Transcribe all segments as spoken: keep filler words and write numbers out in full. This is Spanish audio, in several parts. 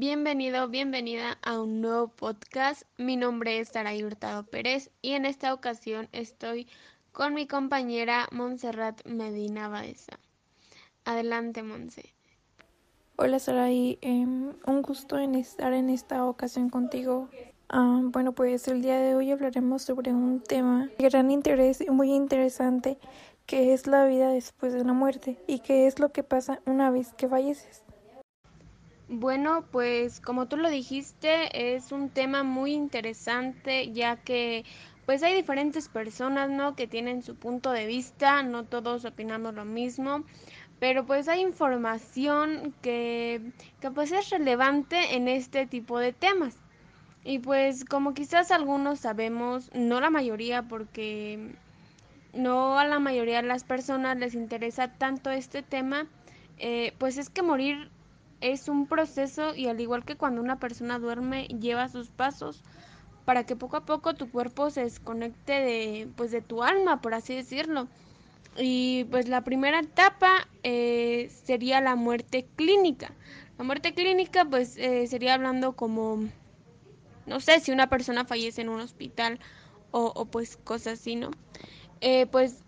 Bienvenido, bienvenida a un nuevo podcast. Mi nombre es Saray Hurtado Pérez y en esta ocasión estoy con mi compañera Montserrat Medina Baeza. Adelante, Monse. Hola Saray, em, un gusto en estar en esta ocasión contigo. Ah, bueno, pues el día de hoy hablaremos sobre un tema de gran interés y muy interesante, que es la vida después de la muerte y qué es lo que pasa una vez que falleces. Bueno, pues como tú lo dijiste, es un tema muy interesante ya que pues hay diferentes personas, ¿no? Que tienen su punto de vista, no todos opinamos lo mismo, pero pues hay información que, que pues es relevante en este tipo de temas. Y pues como quizás algunos sabemos, no la mayoría, porque no a la mayoría de las personas les interesa tanto este tema, eh, pues es que morir es un proceso y al igual que cuando una persona duerme, lleva sus pasos para que poco a poco tu cuerpo se desconecte de, pues de tu alma, por así decirlo. Y pues la primera etapa eh, sería la muerte clínica. La muerte clínica pues eh, sería hablando como, no sé, si una persona fallece en un hospital o, o pues cosas así, ¿no? Eh, pues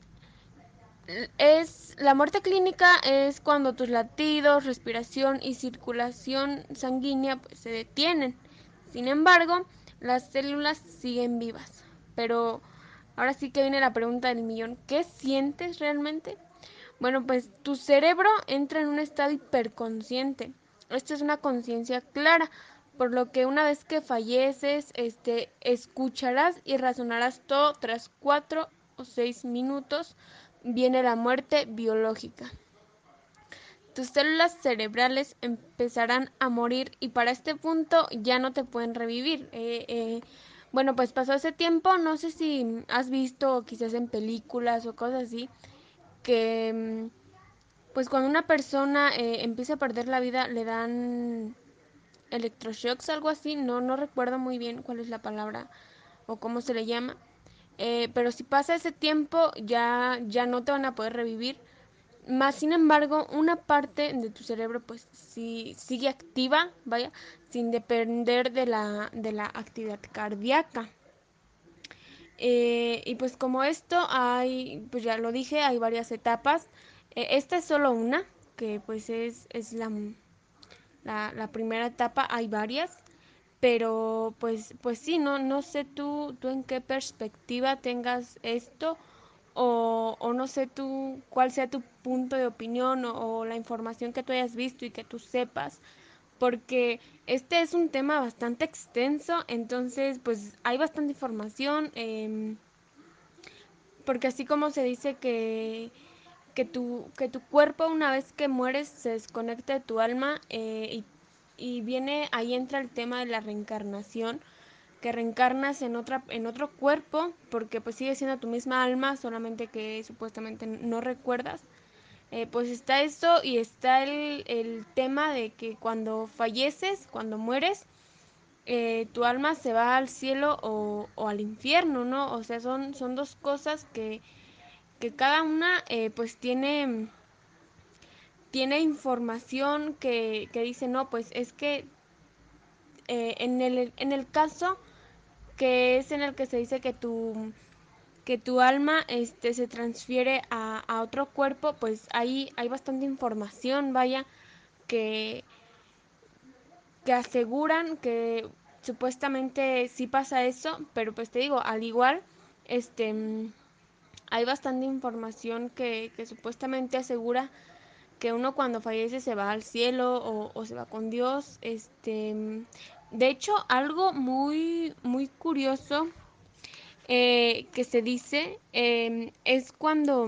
es la muerte clínica es cuando tus latidos, respiración y circulación sanguínea pues, se detienen. Sin embargo, las células siguen vivas. Pero ahora sí que viene la pregunta del millón. ¿Qué sientes realmente? Bueno, pues tu cerebro entra en un estado hiperconsciente. Esto es una conciencia clara, por lo que una vez que falleces, este, escucharás y razonarás todo tras cuatro o seis minutos. Viene la muerte biológica. Tus células cerebrales empezarán a morir y para este punto ya no te pueden revivir. Eh, eh, bueno, pues pasó ese tiempo, no sé si has visto quizás en películas o cosas así, que pues cuando una persona eh, empieza a perder la vida le dan electroshocks, algo así, no, no recuerdo muy bien cuál es la palabra o cómo se le llama, eh, pero si pasa ese tiempo ya, ya no te van a poder revivir, más sin embargo una parte de tu cerebro pues sí, sigue activa, vaya, sin depender de la, de la actividad cardíaca. Eh, y pues como esto hay, pues ya lo dije, hay varias etapas. Eh, esta es solo una, que pues es, es la, la, la primera etapa, hay varias. Pero pues, pues sí, no, no sé tú, tú en qué perspectiva tengas esto o, o no sé tú cuál sea tu punto de opinión o, o la información que tú hayas visto y que tú sepas, porque este es un tema bastante extenso, entonces pues hay bastante información, eh, porque así como se dice que, que, tu, que tu cuerpo una vez que mueres se desconecta de tu alma, eh, y, y viene, ahí entra el tema de la reencarnación, que reencarnas en otra en otro cuerpo porque pues sigue siendo tu misma alma, solamente que supuestamente no recuerdas. Eh, pues está esto y está el, el tema de que cuando falleces, cuando mueres, eh, tu alma se va al cielo o, o, al infierno, ¿no? O sea, son, son dos cosas que, que cada una eh, pues tiene, tiene información que, que dice, no, pues es que eh, en, el, en el caso que es en el que se dice que tu, que tu alma este, se transfiere a, a otro cuerpo, pues ahí hay bastante información, vaya, que, que aseguran que supuestamente sí pasa eso, pero pues te digo, al igual, este, hay bastante información que, que supuestamente asegura que uno cuando fallece se va al cielo o, o se va con Dios. Este, de hecho, algo muy, muy curioso eh, que se dice eh, es cuando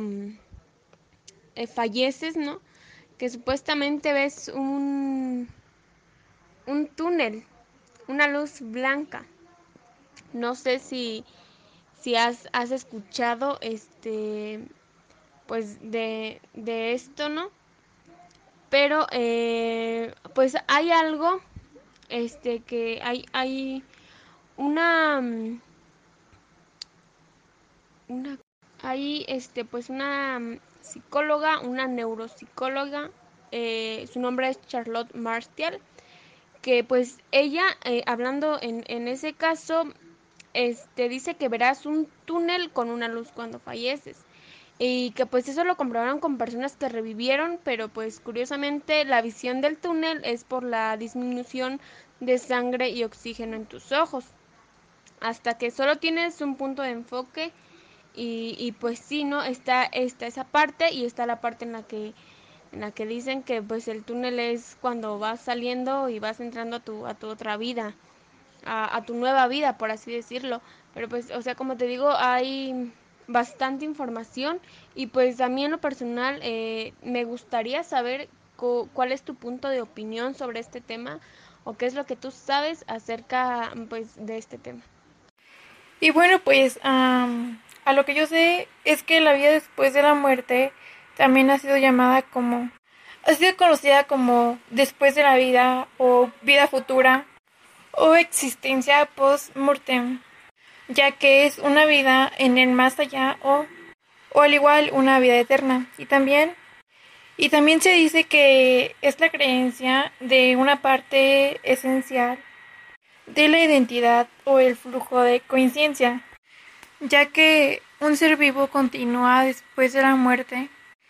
eh, falleces, ¿no? Que supuestamente ves un, un túnel, una luz blanca. No sé si, si has, has escuchado este pues de, de esto, ¿no? Pero eh, pues hay algo, este, que hay, hay una, una, hay este, pues una psicóloga, una neuropsicóloga, eh, su nombre es Charlotte Martial, que pues ella, eh, hablando en, en ese caso, este dice que verás un túnel con una luz cuando falleces. Y que pues eso lo comprobaron con personas que revivieron, pero pues curiosamente la visión del túnel es por la disminución de sangre y oxígeno en tus ojos, hasta que solo tienes un punto de enfoque. Y, y pues sí, ¿no? Está, está esa parte y está la parte en la que en la que dicen que pues el túnel es cuando vas saliendo y vas entrando a tu, a tu otra vida, a, a tu nueva vida, por así decirlo. Pero pues, o sea, como te digo, hay bastante información y pues a mí en lo personal eh, me gustaría saber cu- cuál es tu punto de opinión sobre este tema o qué es lo que tú sabes acerca pues de este tema. Y bueno, pues am, a lo que yo sé es que la vida después de la muerte también ha sido llamada como, ha sido conocida como después de la vida o vida futura o existencia post-mortem, ya que es una vida en el más allá o, o al igual una vida eterna. Y también, y también se dice que es la creencia de una parte esencial de la identidad o el flujo de conciencia, ya que un ser vivo continúa después de la muerte,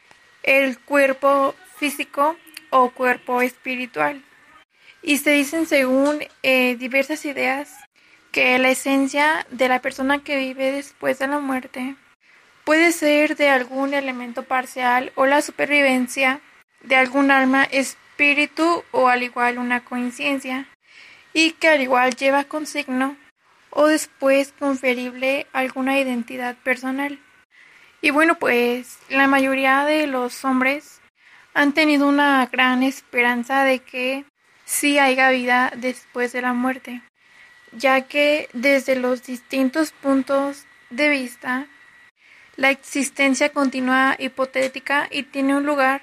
el cuerpo físico o cuerpo espiritual. Y se dicen según eh, diversas ideas que la esencia de la persona que vive después de la muerte puede ser de algún elemento parcial o la supervivencia de algún alma, espíritu o al igual una conciencia, y que al igual lleva consigno o después conferible alguna identidad personal. Y bueno, pues la mayoría de los hombres han tenido una gran esperanza de que sí haya vida después de la muerte, ya que desde los distintos puntos de vista, la existencia continúa hipotética y tiene un lugar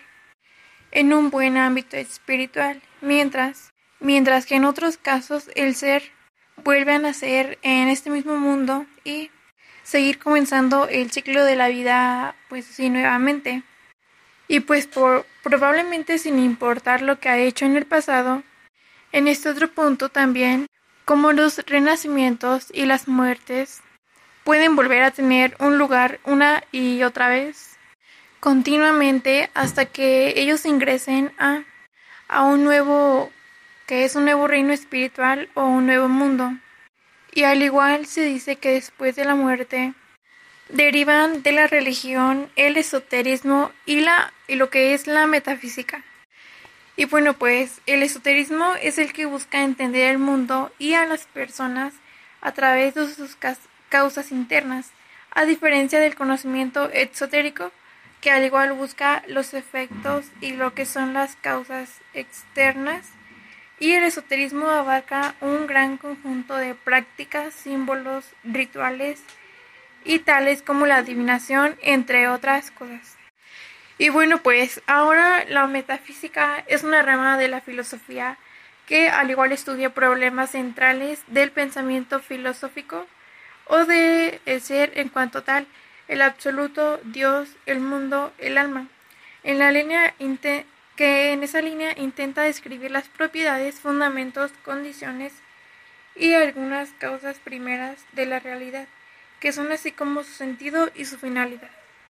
en un buen ámbito espiritual, mientras, mientras que en otros casos el ser vuelve a nacer en este mismo mundo y seguir comenzando el ciclo de la vida, pues sí, nuevamente. Y pues por, probablemente sin importar lo que ha hecho en el pasado, en este otro punto también, como los renacimientos y las muertes, pueden volver a tener un lugar una y otra vez, continuamente, hasta que ellos ingresen a, a un nuevo, que es un nuevo reino espiritual o un nuevo mundo. Y al igual se dice que después de la muerte, derivan de la religión, el esoterismo y, la, y lo que es la metafísica. Y bueno, pues el esoterismo es el que busca entender el mundo y a las personas a través de sus causas internas, a diferencia del conocimiento exotérico, que al igual busca los efectos y lo que son las causas externas. Y el esoterismo abarca un gran conjunto de prácticas, símbolos, rituales y tales como la adivinación, entre otras cosas. Y bueno, pues ahora la metafísica es una rama de la filosofía que al igual estudia problemas centrales del pensamiento filosófico o de el ser en cuanto tal, el absoluto, Dios, el mundo, el alma. En la línea que en esa línea intenta describir las propiedades, fundamentos, condiciones y algunas causas primeras de la realidad, que son así como su sentido y su finalidad.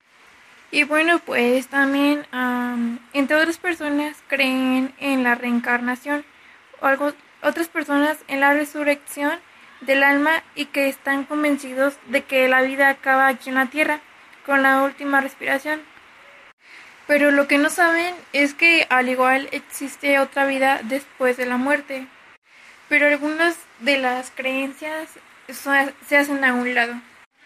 Y bueno, pues también, um, entre otras personas, creen en la reencarnación, o algo, otras personas en la resurrección del alma y que están convencidos de que la vida acaba aquí en la tierra, con la última respiración. Pero lo que no saben es que al igual existe otra vida después de la muerte. Pero algunas de las creencias se hacen a un lado.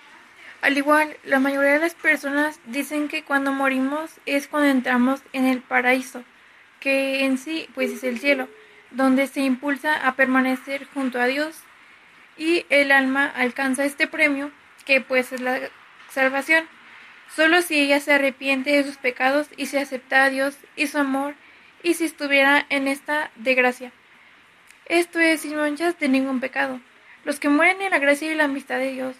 Al igual, la mayoría de las personas dicen que cuando morimos es cuando entramos en el paraíso, que en sí pues es el cielo, donde se impulsa a permanecer junto a Dios y el alma alcanza este premio, que pues es la salvación, solo si ella se arrepiente de sus pecados y se acepta a Dios y su amor y si estuviera en esta desgracia. Esto es sin manchas de ningún pecado. Los que mueren en la gracia y la amistad de Dios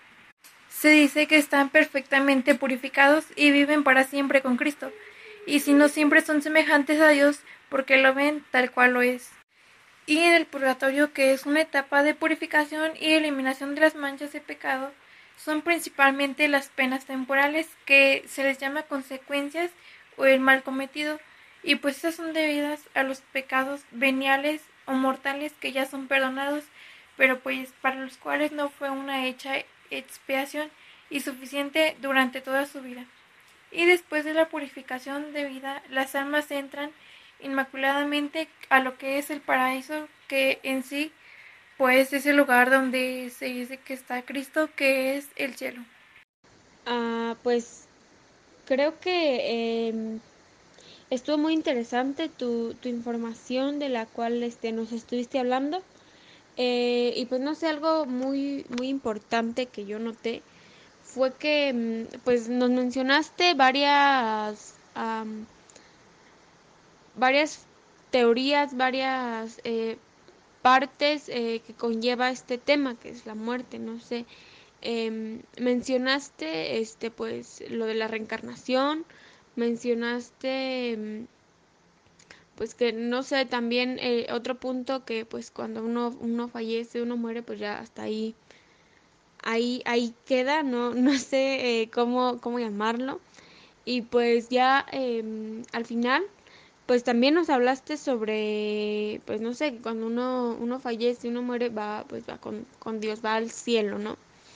se dice que están perfectamente purificados y viven para siempre con Cristo, y si no siempre son semejantes a Dios porque lo ven tal cual lo es. y en el purgatorio, que es una etapa de purificación y eliminación de las manchas de pecado, son principalmente las penas temporales, que se les llama consecuencias o el mal cometido, y pues estas son debidas a los pecados veniales o mortales que ya son perdonados, pero pues para los cuales no fue una hecha expiación y suficiente durante toda su vida. Y después de la purificación de vida, las almas entran inmaculadamente a lo que es el paraíso, que en sí pues es el lugar donde se dice que está Cristo, que es el cielo. Ah, pues creo que em, estuvo muy interesante tu, tu información de la cual este, nos estuviste hablando. Eh, y pues no sé, algo muy, muy importante que yo noté fue que mm, pues nos mencionaste varias, am, varias teorías, varias eh, partes eh, que conlleva este tema, que es la muerte, no sé. Em, mencionaste este pues lo de la reencarnación, mencionaste em, pues que no sé, también eh, otro punto que pues cuando uno uno fallece, uno muere, pues ya hasta ahí ahí ahí queda, no no sé eh, cómo cómo llamarlo. Y pues ya em, al final pues también nos hablaste sobre, pues no sé, cuando uno, uno fallece, uno muere, va, pues va con, con Dios, va al cielo, ¿no?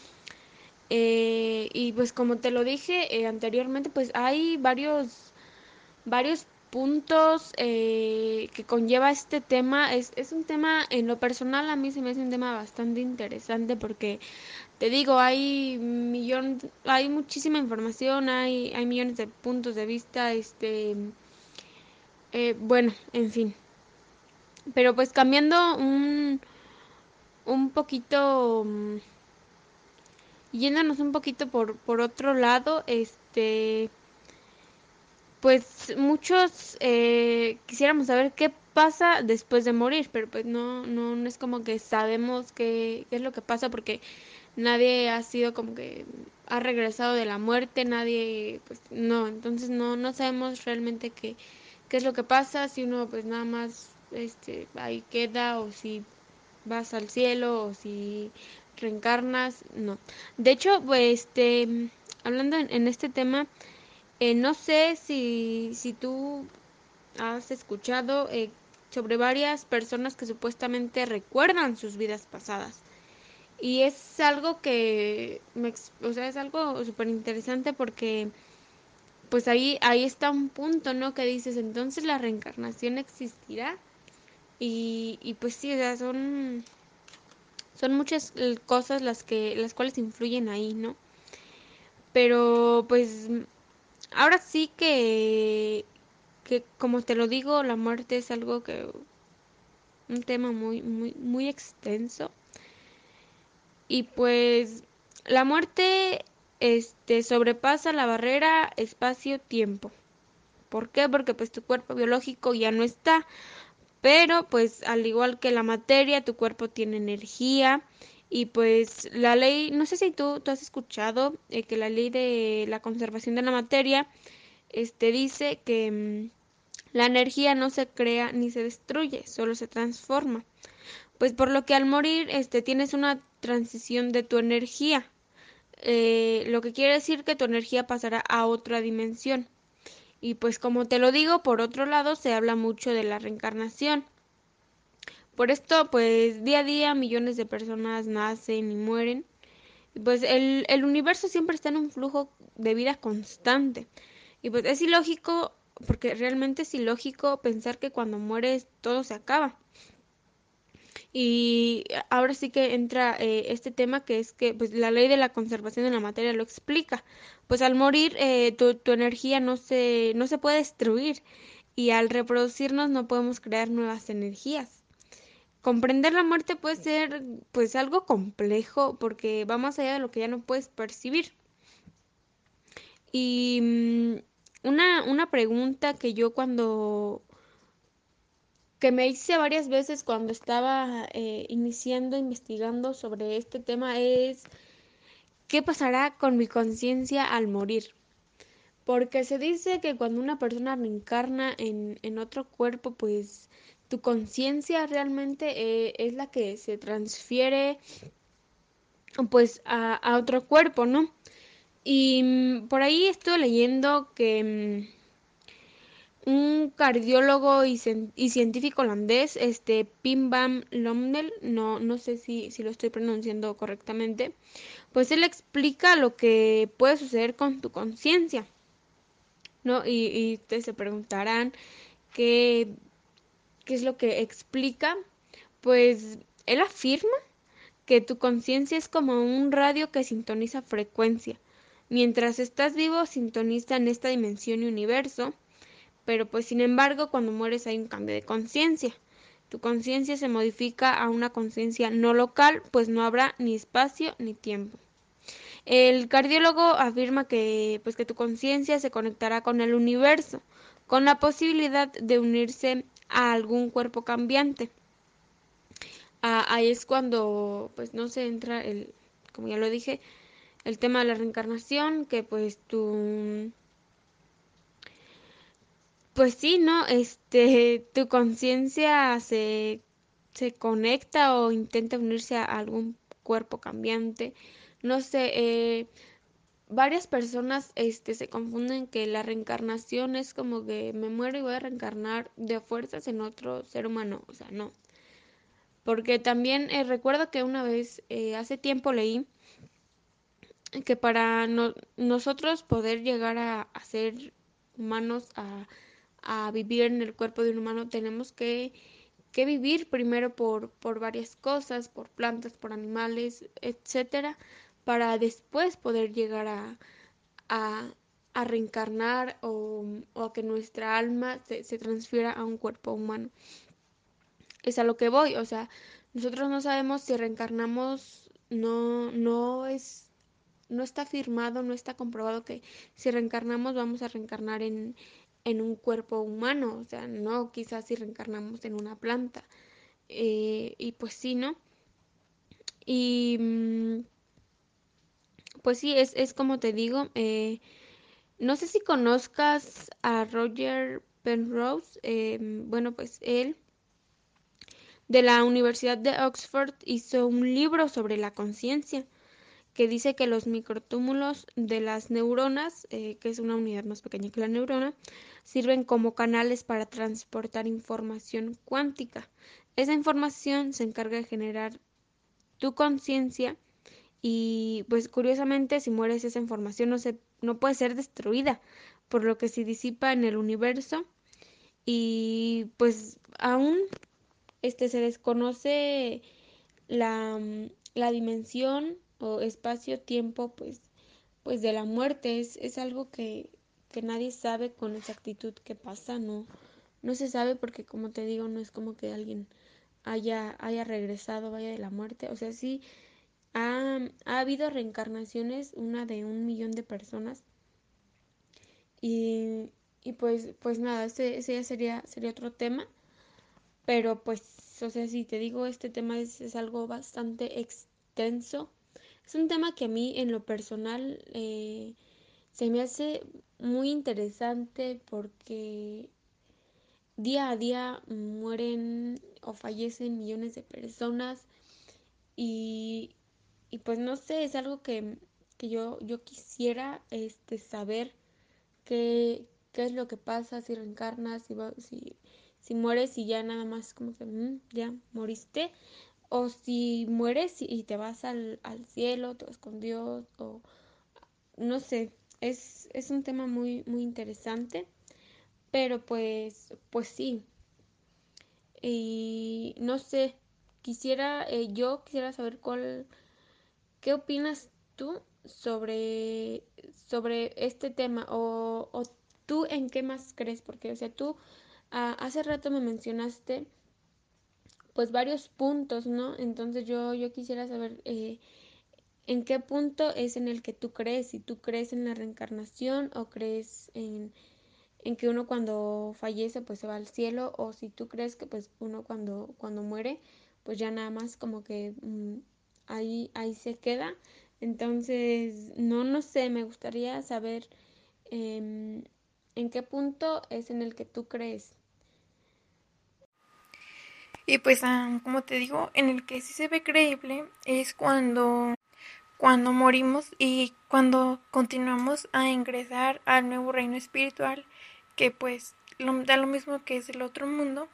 Eh, y pues como te lo dije eh, anteriormente, pues hay varios, varios puntos eh, que conlleva este tema. Es, es un tema, en lo personal, a mí se me hace un tema bastante interesante porque, te digo, hay millón, hay muchísima información, hay, hay millones de puntos de vista, este, eh, bueno, en fin. Pero pues cambiando un, un poquito, mm, yéndonos un poquito por, por otro lado, este, pues muchos eh, quisiéramos saber qué pasa después de morir, pero pues no, no, no es como que sabemos qué, qué es lo que pasa porque nadie ha sido como que ha regresado de la muerte, nadie, pues no, entonces no, no sabemos realmente qué, qué es lo que pasa, si uno pues nada más este ahí queda o si vas al cielo o si reencarnas, no. De hecho, pues, este, hablando en, en este tema, eh, no sé si, si tú has escuchado eh, sobre varias personas que supuestamente recuerdan sus vidas pasadas. Y es algo que, me, o sea, es algo súper interesante porque pues ahí, ahí está un punto, ¿no? Que dices, entonces la reencarnación existirá. Y, y pues sí, o sea, son, son muchas eh, cosas las que, las cuales influyen ahí, ¿no? Pero pues ahora sí que, que como te lo digo, la muerte es algo que, un tema muy, muy, muy extenso. Y pues la muerte, este, sobrepasa la barrera espacio-tiempo. ¿Por qué? Porque pues tu cuerpo biológico ya no está, pero pues al igual que la materia, tu cuerpo tiene energía y pues la ley, no sé si tú, tú has escuchado eh, que la ley de la conservación de la materia, este dice que mm, la energía no se crea ni se destruye, solo se transforma. Pues por lo que al morir, este tienes una transición de tu energía, eh, lo que quiere decir que tu energía pasará a otra dimensión. Y pues como te lo digo, por otro lado se habla mucho de la reencarnación. Por esto, pues día a día millones de personas nacen y mueren. Y pues el, el universo siempre está en un flujo de vida constante. Y pues es ilógico, porque realmente es ilógico pensar que cuando mueres todo se acaba. Y ahora sí que entra eh, este tema que es que pues la ley de la conservación de la materia lo explica. Pues al morir eh, tu, tu energía no se, no se puede destruir y al reproducirnos no podemos crear nuevas energías. Comprender la muerte puede ser pues algo complejo porque va más allá de lo que ya no puedes percibir. Y mm, una, una pregunta que yo cuando que me hice varias veces cuando estaba eh, iniciando, investigando sobre este tema es ¿qué pasará con mi conciencia al morir? Porque se dice que cuando una persona reencarna en, en otro cuerpo, pues tu conciencia realmente eh, es la que se transfiere pues a, a otro cuerpo, ¿no? Y mm, por ahí estoy leyendo que mm, un cardiólogo y, y científico holandés, este Pim Bam Lomnel, no, no sé si, si lo estoy pronunciando correctamente, pues él explica lo que puede suceder con tu conciencia, ¿no? Y, y ustedes se preguntarán qué, qué es lo que explica. Pues él afirma que tu conciencia es como un radio que sintoniza frecuencia. Mientras estás vivo, sintoniza en esta dimensión y universo, pero pues sin embargo, cuando mueres hay un cambio de conciencia. Tu conciencia se modifica a una conciencia no local, pues no habrá ni espacio ni tiempo. El cardiólogo afirma que, pues, que tu conciencia se conectará con el universo, con la posibilidad de unirse a algún cuerpo cambiante. Ah, ahí es cuando, pues, no se entra el, como ya lo dije, el tema de la reencarnación, que pues tu, pues sí, ¿no? Este, tu conciencia se, se conecta o intenta unirse a algún cuerpo cambiante. No sé, eh, varias personas este, se confunden que la reencarnación es como que me muero y voy a reencarnar de fuerzas en otro ser humano. O sea, no. Porque también eh, recuerdo que una vez, eh, hace tiempo leí que para no- nosotros poder llegar a, a ser humanos, a, a vivir en el cuerpo de un humano, tenemos que, que vivir primero por, por varias cosas, por plantas, por animales, etcétera, para después poder llegar a, a, a reencarnar o, o a que nuestra alma se, se transfiera a un cuerpo humano. Es a lo que voy, o sea, nosotros no sabemos si reencarnamos, no, no es, no está firmado, no está comprobado que si reencarnamos vamos a reencarnar en, en un cuerpo humano, o sea, no quizás si reencarnamos en una planta. Eh, y pues sí, ¿no? Y mm, pues sí, es, es como te digo, eh, no sé si conozcas a Roger Penrose, eh, bueno, pues él de la Universidad de Oxford hizo un libro sobre la conciencia que dice que los microtúmulos de las neuronas, eh, que es una unidad más pequeña que la neurona, sirven como canales para transportar información cuántica. Esa información se encarga de generar tu conciencia y pues curiosamente si mueres esa información no se no puede ser destruida, por lo que se disipa en el universo y pues aún este se desconoce la, mm, la dimensión o espacio-tiempo pues, pues de la muerte. Es, es algo que, que nadie sabe con exactitud qué pasa, no, no se sabe porque como te digo, no es como que alguien haya, haya regresado, vaya de la muerte. O sea, sí, ha, ha habido reencarnaciones, una de un millón de personas. Y, y pues, pues nada, ese, ese ya sería, sería otro tema. Pero pues, o sea, si te digo, este tema es, es algo bastante extenso. Es un tema que a mí en lo personal eh, se me hace muy interesante porque día a día mueren o fallecen millones de personas y, y pues no sé, es algo que, que yo, yo quisiera este, saber qué, qué es lo que pasa si reencarnas, si, va- si, si mueres y ya nada más como que mm, ya moriste, o si mueres y te vas al, al cielo, te vas con Dios, o no sé, es, es un tema muy, muy interesante, pero pues, pues sí, y no sé, quisiera, eh, yo quisiera saber cuál, qué opinas tú sobre, sobre este tema o, o tú en qué más crees, porque o sea, tú ah, hace rato me mencionaste pues varios puntos, ¿no? Entonces yo, yo quisiera saber eh, en qué punto es en el que tú crees, si tú crees en la reencarnación o crees en, en que uno cuando fallece pues se va al cielo o si tú crees que pues uno cuando, cuando muere pues ya nada más como que mm, ahí, ahí se queda. Entonces, no, no sé, me gustaría saber em, en qué punto es en el que tú crees. Y pues, ah, como te digo, en el que sí se ve creíble es cuando, cuando morimos y cuando continuamos a ingresar al nuevo reino espiritual, que pues lo, da lo mismo que es el otro mundo,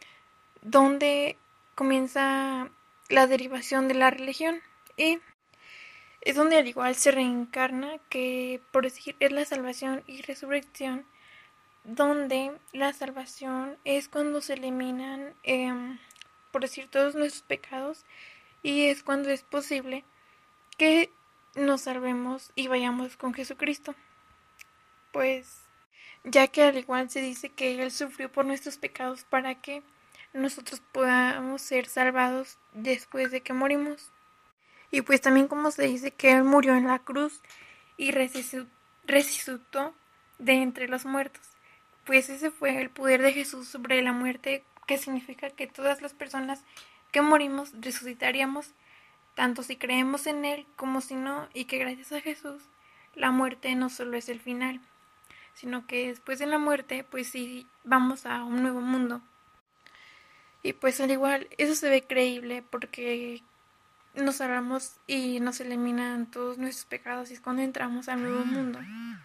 donde comienza la derivación de la religión. Y es donde al igual se reencarna, que por decir es la salvación y resurrección, donde la salvación es cuando se eliminan, eh, por decir, todos nuestros pecados, y es cuando es posible que nos salvemos y vayamos con Jesucristo. Pues ya que al igual se dice que Él sufrió por nuestros pecados para que nosotros podamos ser salvados después de que morimos. Y pues también como se dice que Él murió en la cruz y resucitó de entre los muertos. Pues ese fue el poder de Jesús sobre la muerte, que significa que todas las personas que morimos resucitaríamos, tanto si creemos en Él como si no, y que gracias a Jesús la muerte no solo es el final, sino que después de la muerte pues sí vamos a un nuevo mundo. Y pues al igual eso se ve creíble porque nos salvamos y nos eliminan todos nuestros pecados y es cuando entramos al nuevo mundo.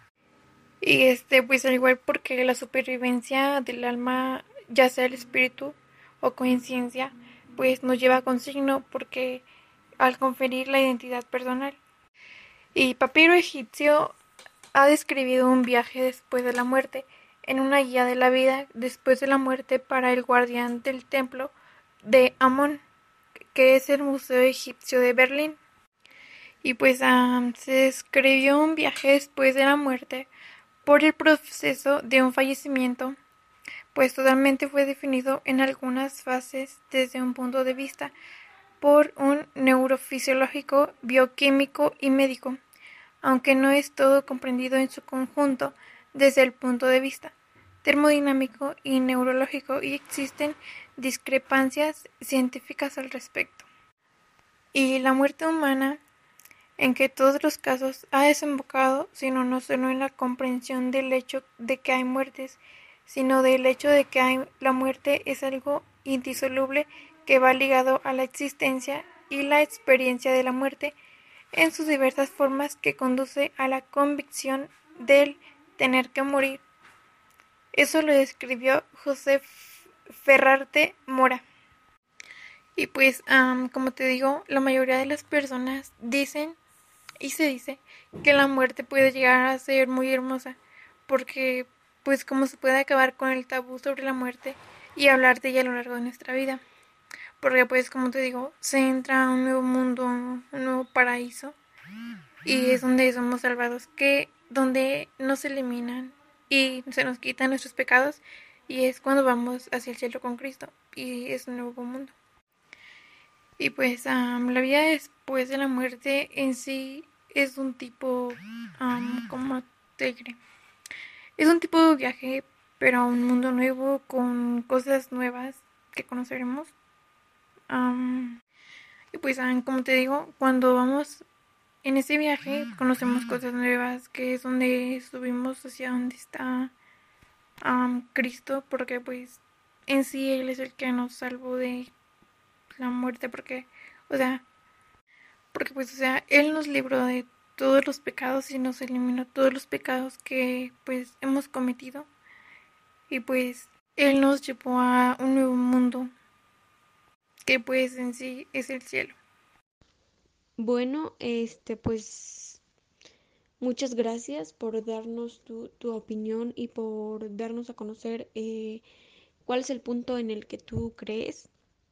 Y este, pues al igual porque la supervivencia del alma, ya sea el espíritu o conciencia, pues nos lleva consigno porque al conferir la identidad personal. Y Papiro Egipcio ha describido un viaje después de la muerte en una guía de la vida después de la muerte para el guardián del templo de Amón, que es el Museo Egipcio de Berlín. Y pues um, se describió un viaje después de la muerte por el proceso de un fallecimiento, pues totalmente fue definido en algunas fases desde un punto de vista por un neurofisiológico, bioquímico y médico, aunque no es todo comprendido en su conjunto desde el punto de vista termodinámico y neurológico, y existen discrepancias científicas al respecto. Y la muerte humana, en que todos los casos ha desembocado, sino no solo en la comprensión del hecho de que hay muertes, sino del hecho de que hay, la muerte es algo indisoluble que va ligado a la existencia y la experiencia de la muerte en sus diversas formas, que conduce a la convicción del tener que morir. Eso lo describió José Ferrarte Mora. Y pues, um, como te digo, la mayoría de las personas dicen y se dice que la muerte puede llegar a ser muy hermosa, porque pues como se puede acabar con el tabú sobre la muerte y hablar de ella a lo largo de nuestra vida. Porque pues como te digo, se entra a un nuevo mundo, un nuevo paraíso, y es donde somos salvados, que donde nos eliminan y se nos quitan nuestros pecados, y es cuando vamos hacia el cielo con Cristo y es un nuevo mundo. Y pues um, la vida después de la muerte en sí es un tipo, um, ¿cómo te diré? Es un tipo de viaje, pero a un mundo nuevo con cosas nuevas que conoceremos. Um, y pues, um, como te digo, cuando vamos en ese viaje conocemos cosas nuevas, que es donde subimos hacia donde está um, Cristo, porque pues en sí Él es el que nos salvó de la muerte, porque, o sea, porque pues, o sea, Él nos libró de todos los pecados y nos eliminó todos los pecados que pues hemos cometido, y pues Él nos llevó a un nuevo mundo que pues en sí es el cielo. Bueno, este, pues muchas gracias por darnos tu, tu opinión y por darnos a conocer eh, cuál es el punto en el que tú crees.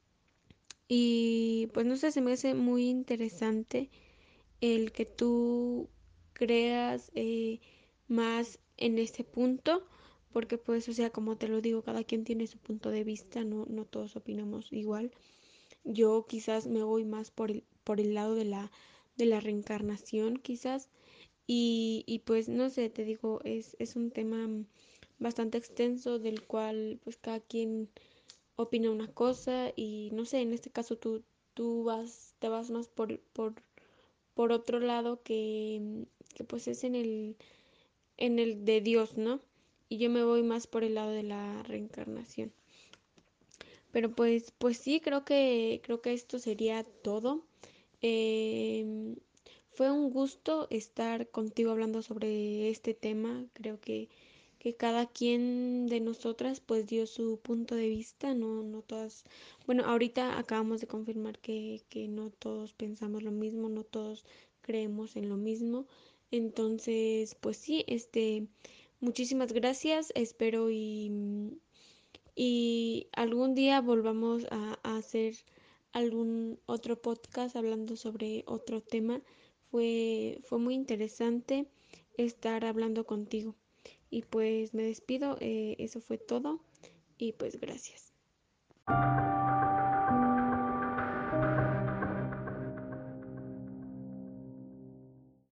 Y pues no sé, se me hace muy interesante el que tú creas eh, más en este punto, porque pues, o sea, como te lo digo, cada quien tiene su punto de vista, no, no todos opinamos igual. Yo quizás me voy más por el, por el lado de la, de la reencarnación, quizás, y, y pues no sé, te digo, es, es un tema bastante extenso del cual pues cada quien opina una cosa y no sé, en este caso tú, tú vas, te vas más por, por, por otro lado que, que pues es en el, en el de Dios, ¿no? Y yo me voy más por el lado de la reencarnación. Pero pues, pues sí, creo que, creo que esto sería todo. Em, Fue un gusto estar contigo hablando sobre este tema. Creo que, que cada quien de nosotras pues dio su punto de vista, no, no todas, bueno, ahorita acabamos de confirmar que, que no todos pensamos lo mismo, no todos creemos en lo mismo. Entonces, pues sí, este, muchísimas gracias, espero y y algún día volvamos a, a hacer algún otro podcast hablando sobre otro tema. Fue, fue muy interesante estar hablando contigo. Y pues me despido, eh, eso fue todo y pues gracias.